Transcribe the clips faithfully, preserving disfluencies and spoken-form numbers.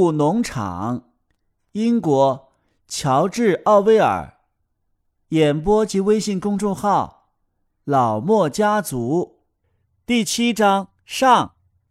物农场，英国乔治·奥威尔，演播及微信公众号老莫家族，第七章上。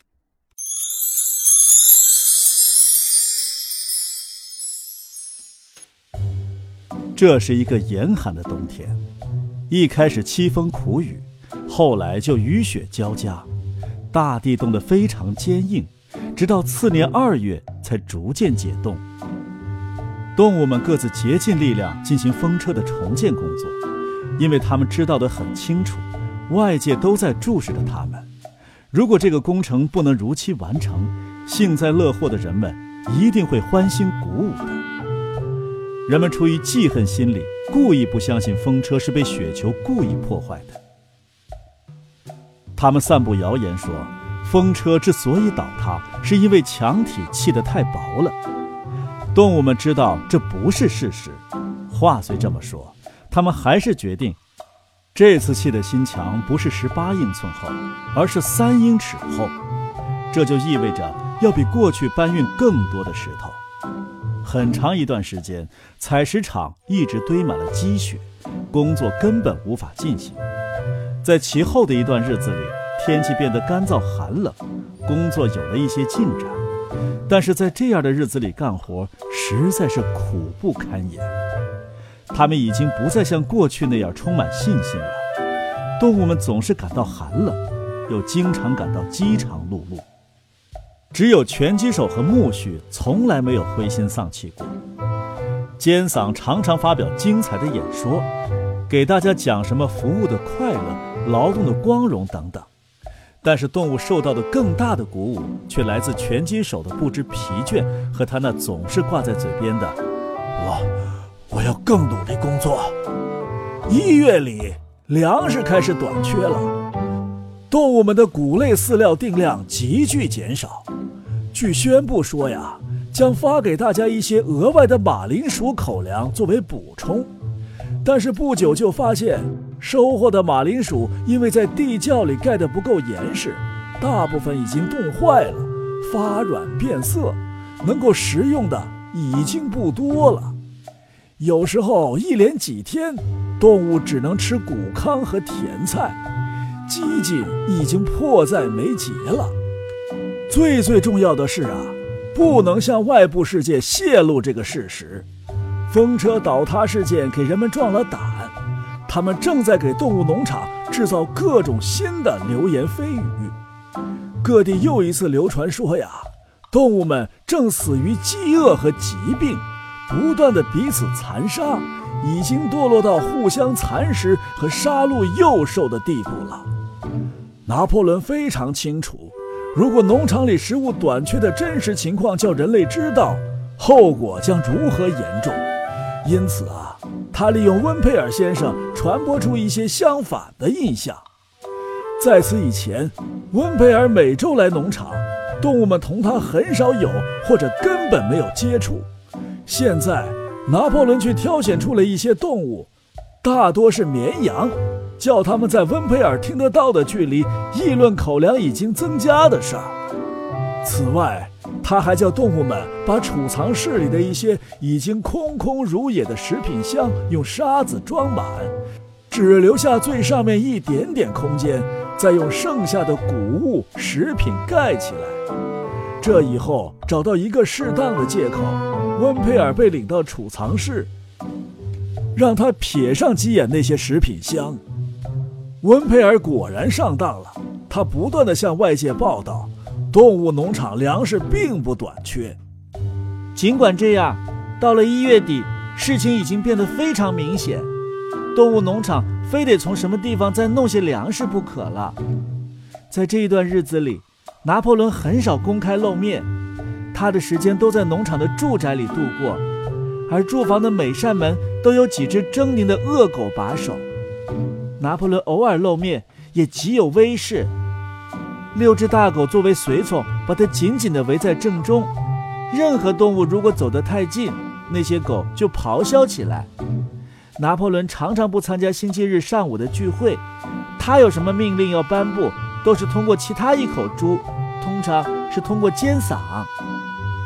这是一个严寒的冬天，一开始凄风苦雨，后来就雨雪交加，大地冻得非常坚硬，直到次年二月才逐渐解冻。动物们各自竭尽力量进行风车的重建工作，因为他们知道得很清楚，外界都在注视着他们。如果这个工程不能如期完成，幸灾乐祸的人们一定会欢欣鼓舞的。人们出于记恨心理，故意不相信风车是被雪球故意破坏的。他们散布谣言说，风车之所以倒塌，是因为墙体砌得太薄了。动物们知道这不是事实，话虽这么说，他们还是决定，这次砌的新墙不是十八英寸厚，而是三英尺厚，这就意味着要比过去搬运更多的石头。很长一段时间，采石场一直堆满了积雪，工作根本无法进行。在其后的一段日子里，天气变得干燥寒冷，工作有了一些进展，但是在这样的日子里干活实在是苦不堪言。他们已经不再像过去那样充满信心了，动物们总是感到寒冷，又经常感到饥肠辘辘。只有拳击手和苜蓿从来没有灰心丧气过。尖嗓常常发表精彩的演说，给大家讲什么服务的快乐、劳动的光荣等等。但是动物受到的更大的鼓舞，却来自拳击手的不知疲倦和他那总是挂在嘴边的我我要更努力工作。一月里，粮食开始短缺了，动物们的谷类饲料定量急剧减少。据宣布说呀，将发给大家一些额外的马铃薯口粮作为补充。但是不久就发现，收获的马铃薯因为在地窖里盖得不够严实，大部分已经冻坏了，发软变色，能够食用的已经不多了。有时候一连几天，动物只能吃谷糠和甜菜，饥馑已经迫在眉睫了。最最重要的是啊，不能向外部世界泄露这个事实。风车倒塌事件给人们壮了胆，他们正在给动物农场制造各种新的流言蜚语。各地又一次流传说呀，动物们正死于饥饿和疾病，不断的彼此残杀，已经堕落到互相蚕食和杀戮幼兽的地步了。拿破仑非常清楚，如果农场里食物短缺的真实情况叫人类知道，后果将如何严重。因此啊，他利用温佩尔先生传播出一些相反的印象。在此以前，温佩尔每周来农场，动物们同他很少有或者根本没有接触。现在拿破仑却挑选出了一些动物，大多是绵羊，叫他们在温佩尔听得到的距离议论口粮已经增加的事儿。此外，他还叫动物们把储藏室里的一些已经空空如也的食品箱用沙子装满，只留下最上面一点点空间，再用剩下的谷物食品盖起来。这以后找到一个适当的借口，温佩尔被领到储藏室，让他瞥上几眼那些食品箱。温佩尔果然上当了，他不断地向外界报道，动物农场粮食并不短缺。 尽管这样，到了一月底，事情已经变得非常明显，动物农场非得从什么地方再弄些粮食不可了。在这一段日子里，拿破仑很少公开露面，他的时间都在农场的住宅里度过，而住房的每扇门都有几只狰狞的恶狗把守。拿破仑偶尔露面也极有威势，六只大狗作为随从，把他紧紧地围在正中。任何动物如果走得太近，那些狗就咆哮起来。拿破仑常常不参加星期日上午的聚会，他有什么命令要颁布，都是通过其他一口猪，通常是通过尖嗓。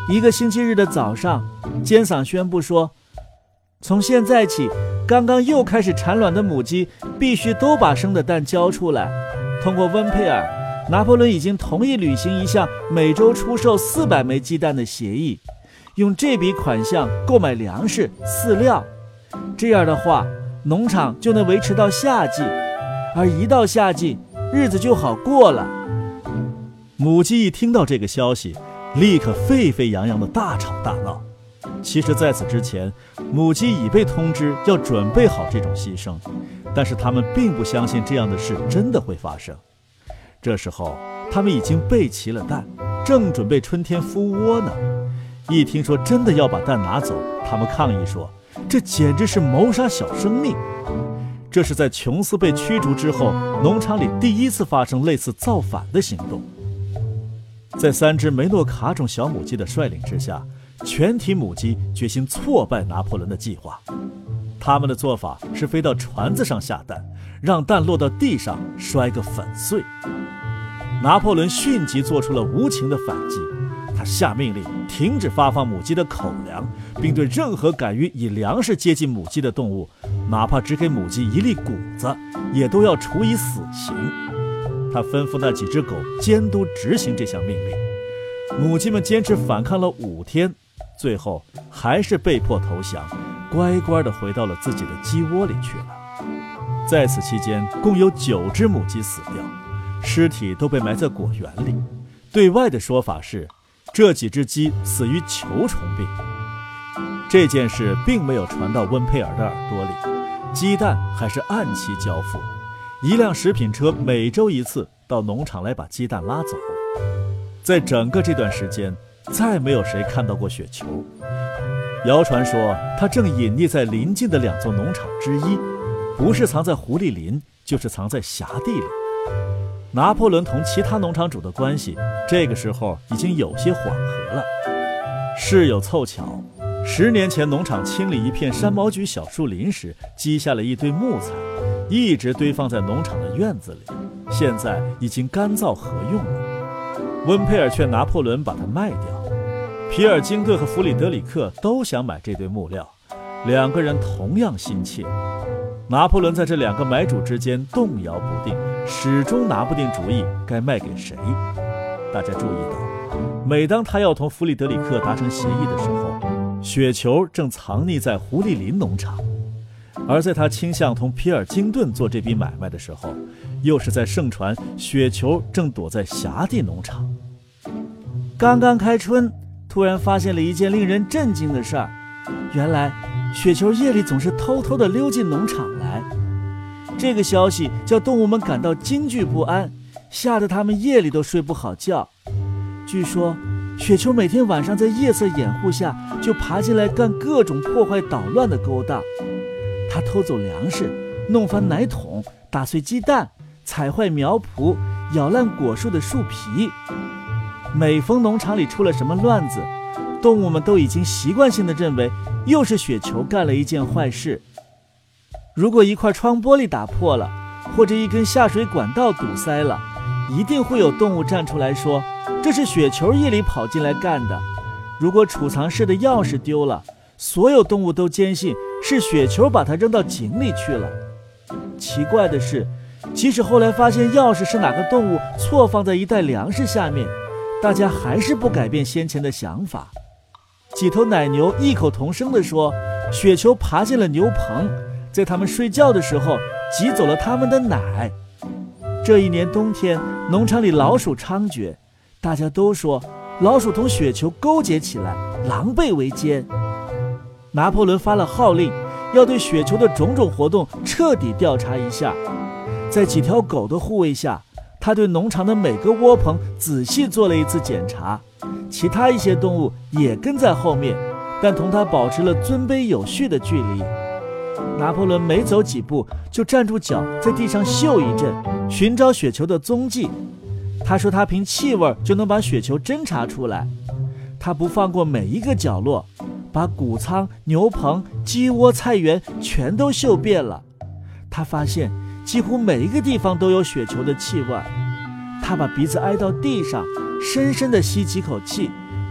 一个星期日的早上，尖嗓宣布说，从现在起，刚刚又开始产卵的母鸡必须都把生的蛋交出来。通过温佩尔，拿破仑已经同意履行一项每周出售四百枚鸡蛋的协议，用这笔款项购买粮食、饲料。这样的话，农场就能维持到夏季，而一到夏季，日子就好过了。 母鸡一听到这个消息，立刻沸沸扬扬的大吵大闹。其实在此之前，母鸡已被通知要准备好这种牺牲，但是他们并不相信这样的事真的会发生。这时候他们已经备齐了蛋，正准备春天孵窝呢。一听说真的要把蛋拿走，他们抗议说，这简直是谋杀小生命。这是在琼斯被驱逐之后，农场里第一次发生类似造反的行动。在三只梅诺卡种小母鸡的率领之下，全体母鸡决心挫败拿破仑的计划。他们的做法是飞到船子上下蛋，让蛋落到地上摔个粉碎。拿破仑迅即做出了无情的反击，他下命令停止发放母鸡的口粮，并对任何敢于以粮食接近母鸡的动物，哪怕只给母鸡一粒谷子，也都要处以死刑。他吩咐那几只狗监督执行这项命令。母鸡们坚持反抗了五天，最后还是被迫投降，乖乖地回到了自己的鸡窝里去了。在此期间，共有九只母鸡死掉，尸体都被埋在果园里。对外的说法是，这几只鸡死于球虫病。这件事并没有传到温佩尔的耳朵里，鸡蛋还是按期交付。一辆食品车每周一次到农场来把鸡蛋拉走。在整个这段时间，再没有谁看到过雪球。谣传说它正隐匿在邻近的两座农场之一，不是藏在狐狸林，就是藏在辖地里。拿破仑同其他农场主的关系这个时候已经有些缓和了。事有凑巧，十年前农场清理一片山毛榉小树林时，积下了一堆木材，一直堆放在农场的院子里，现在已经干燥合用了。温佩尔劝拿破仑把它卖掉，皮尔金顿和弗里德里克都想买这堆木料，两个人同样心切。拿破仑在这两个买主之间动摇不定，始终拿不定主意该卖给谁。大家注意到，每当他要同弗里德里克达成协议的时候，雪球正藏匿在狐狸林农场，而在他倾向同皮尔金顿做这笔买卖的时候，又是在盛传雪球正躲在辖地农场。 刚刚开春，突然发现了一件令人震惊的事儿，原来雪球夜里总是偷偷地溜进农场来。这个消息叫动物们感到惊惧不安，吓得他们夜里都睡不好觉。据说雪球每天晚上在夜色掩护下就爬进来干各种破坏捣乱的勾当。他偷走粮食，弄翻奶桶，打碎鸡蛋，踩坏苗圃，咬烂果树的树皮。每逢农场里出了什么乱子，动物们都已经习惯性地认为又是雪球干了一件坏事。如果一块窗玻璃打破了，或者一根下水管道堵塞了，一定会有动物站出来说，这是雪球夜里跑进来干的。如果储藏室的钥匙丢了，所有动物都坚信是雪球把它扔到井里去了。奇怪的是，即使后来发现钥匙是哪个动物错放在一袋粮食下面，大家还是不改变先前的想法。几头奶牛异口同声地说，雪球爬进了牛棚，在他们睡觉的时候挤走了他们的奶。这一年冬天，农场里老鼠猖獗，大家都说老鼠同雪球勾结起来，狼狈为奸。拿破仑发了号令，要对雪球的种种活动彻底调查一下。在几条狗的护卫下，他对农场的每个窝棚仔细做了一次检查，其他一些动物也跟在后面，但同他保持了尊卑有序的距离。拿破仑每走几步就站住脚，在地上嗅一阵，寻找雪球的踪迹。他说他凭气味就能把雪球侦查出来。他不放过每一个角落，把谷仓、牛棚、鸡窝、菜园全都嗅遍了。他发现几乎每一个地方都有雪球的气味。他把鼻子挨到地上，深深地吸几口气，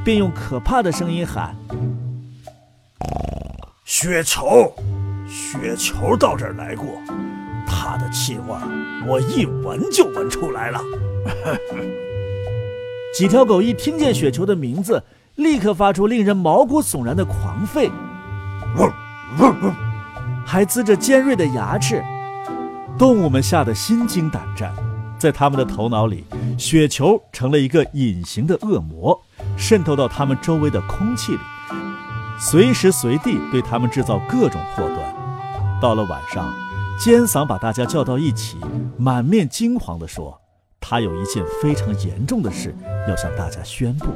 便用可怕的声音喊： 雪球，雪球到这儿来过，它的气味我一闻就闻出来了。 几条狗一听见雪球的名字，立刻发出令人毛骨悚然的狂吠， 嗡嗡嗡， 还呲着尖锐的牙齿。 动物们吓得心惊胆战，在他们的头脑里，雪球成了一个隐形的恶魔，渗透到他们周围的空气里，随时随地对他们制造各种祸端。到了晚上，尖嗓把大家叫到一起，满面惊惶地说，他有一件非常严重的事要向大家宣布。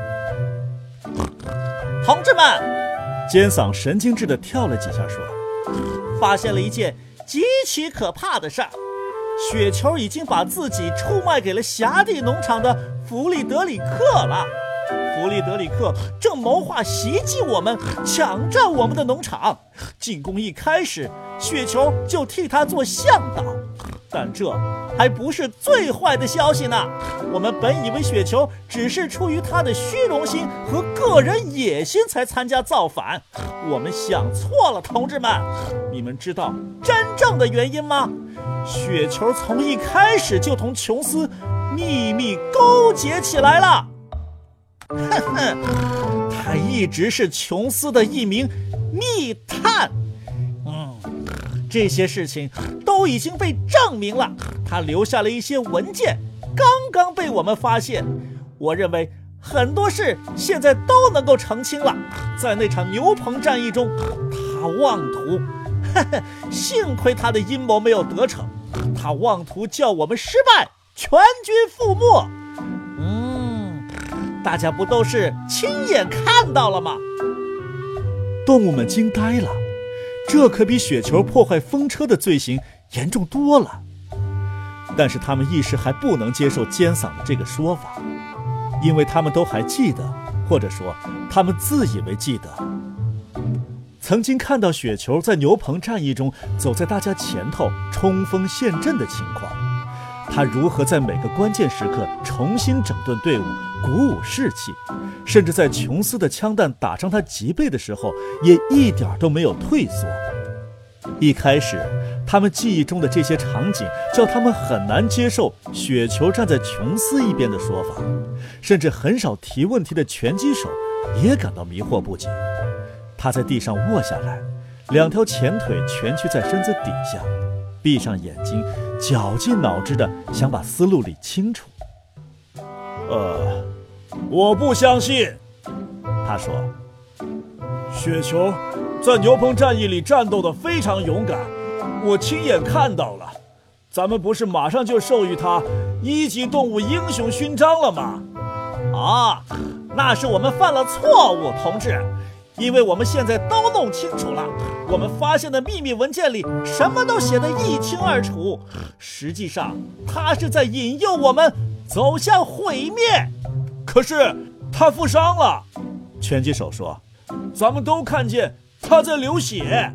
同志们， 尖嗓神经质地跳了几下说， 发现了一件极其可怕的事儿，雪球已经把自己出卖给了辖地农场的弗利德里克了。弗利德里克正谋划袭击我们，抢占我们的农场。进攻一开始，雪球就替他做向导。但这还不是最坏的消息呢。我们本以为雪球只是出于他的虚荣心和个人野心才参加造反，我们想错了，同志们。你们知道真正的原因吗？雪球从一开始就同琼斯秘密勾结起来了。哼哼，他一直是琼斯的一名密探。嗯，这些事情都已经被证明了。他留下了一些文件，刚刚被我们发现。我认为很多事现在都能够澄清了。在那场牛棚战役中，他妄图，呵呵，幸亏他的阴谋没有得逞，他妄图叫我们失败，全军覆没。嗯，大家不都是亲眼看到了吗？ 动物们惊呆了，这可比雪球破坏风车的罪行严重多了。但是他们一时还不能接受尖嗓的这个说法，因为他们都还记得，或者说他们自以为记得，曾经看到雪球在牛棚战役中走在大家前头冲锋陷阵的情况，他如何在每个关键时刻重新整顿队伍，鼓舞士气，甚至在琼斯的枪弹打伤他脊背的时候也一点都没有退缩。一开始他们记忆中的这些场景叫他们很难接受雪球站在琼斯一边的说法，甚至很少提问题的拳击手也感到迷惑不解。他在地上卧下来，两条前腿蜷曲在身子底下，闭上眼睛，绞尽脑汁地想把思路理清楚。呃，我不相信，他说，雪球在牛棚战役里战斗得非常勇敢，我亲眼看到了。咱们不是马上就授予他一级动物英雄勋章了吗？ 啊，那是我们犯了错误，同志。因为我们现在都弄清楚了，我们发现的秘密文件里什么都写得一清二楚。实际上，他是在引诱我们走向毁灭。 可是他负伤了，拳击手说，咱们都看见他在流血。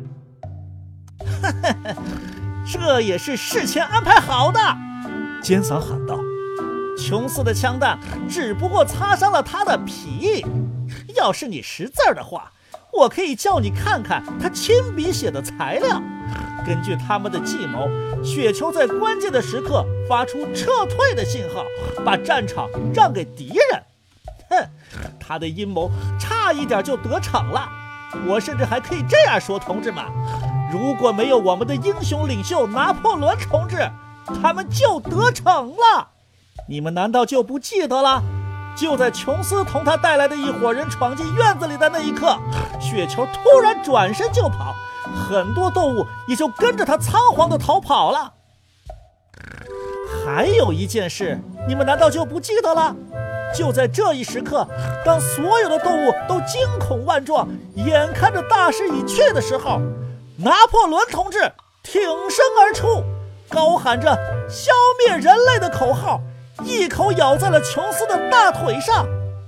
这也是事前安排好的， 尖嗓喊道。 琼斯的枪弹只不过擦伤了他的皮。要是你识字儿的话，我可以叫你看看他亲笔写的材料。根据他们的计谋，雪球在关键的时刻发出撤退的信号，把战场让给敌人。哼，他的阴谋差一点就得逞了。我甚至还可以这样说，同志们，如果没有我们的英雄领袖拿破仑同志，他们就得逞了。你们难道就不记得了？就在琼斯同他带来的一伙人闯进院子里的那一刻，雪球突然转身就跑，很多动物也就跟着他仓皇地逃跑了。还有一件事，你们难道就不记得了？就在这一时刻，当所有的动物都惊恐万状，眼看着大势已去的时候，拿破仑同志挺身而出，高喊着消灭人类的口号，一口咬在了琼斯的大腿上。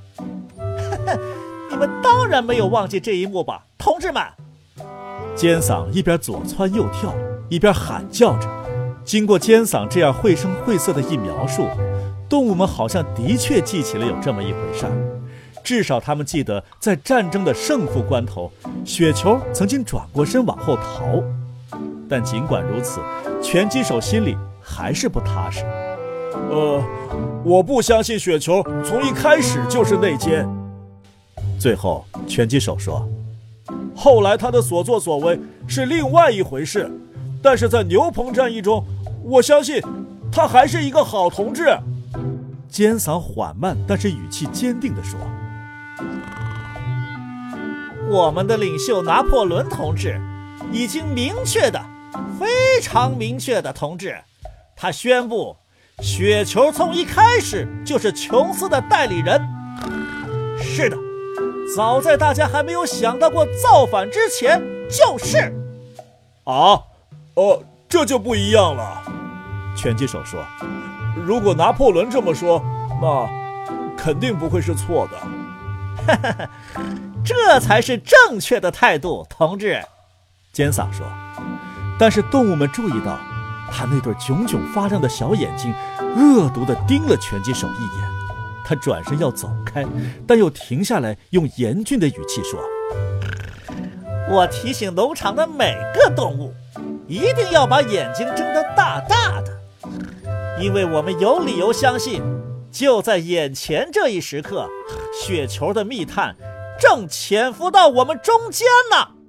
你们当然没有忘记这一幕吧，同志们？ 尖嗓一边左窜右跳，一边喊叫着。经过尖嗓这样绘声绘色的一描述，动物们好像的确记起了有这么一回事儿。 至少他们记得，在战争的胜负关头，雪球曾经转过身往后逃。但尽管如此，拳击手心里还是不踏实。 呃，我不相信雪球从一开始就是内奸。 最后，拳击手说：“ 后来他的所作所为是另外一回事，但是在牛棚战役中，我相信他还是一个好同志。” 尖嗓缓慢但是语气坚定地说：“ 我们的领袖拿破仑同志已经明确的、非常明确的同志，他宣布雪球从一开始就是琼斯的代理人。是的，早在大家还没有想到过造反之前就是。” 啊，呃，这就不一样了。 拳击手说：“ 如果拿破仑这么说，那肯定不会是错的。” 这才是正确的态度，同志。 尖嗓说。但是动物们注意到，他那对炯炯发亮的小眼睛恶毒地盯了拳击手一眼。他转身要走开，但又停下来，用严峻的语气说：“ 我提醒农场的每个动物，一定要把眼睛睁得大大的，因为我们有理由相信，就在眼前这一时刻，雪球的密探正潜伏到我们中间呢。”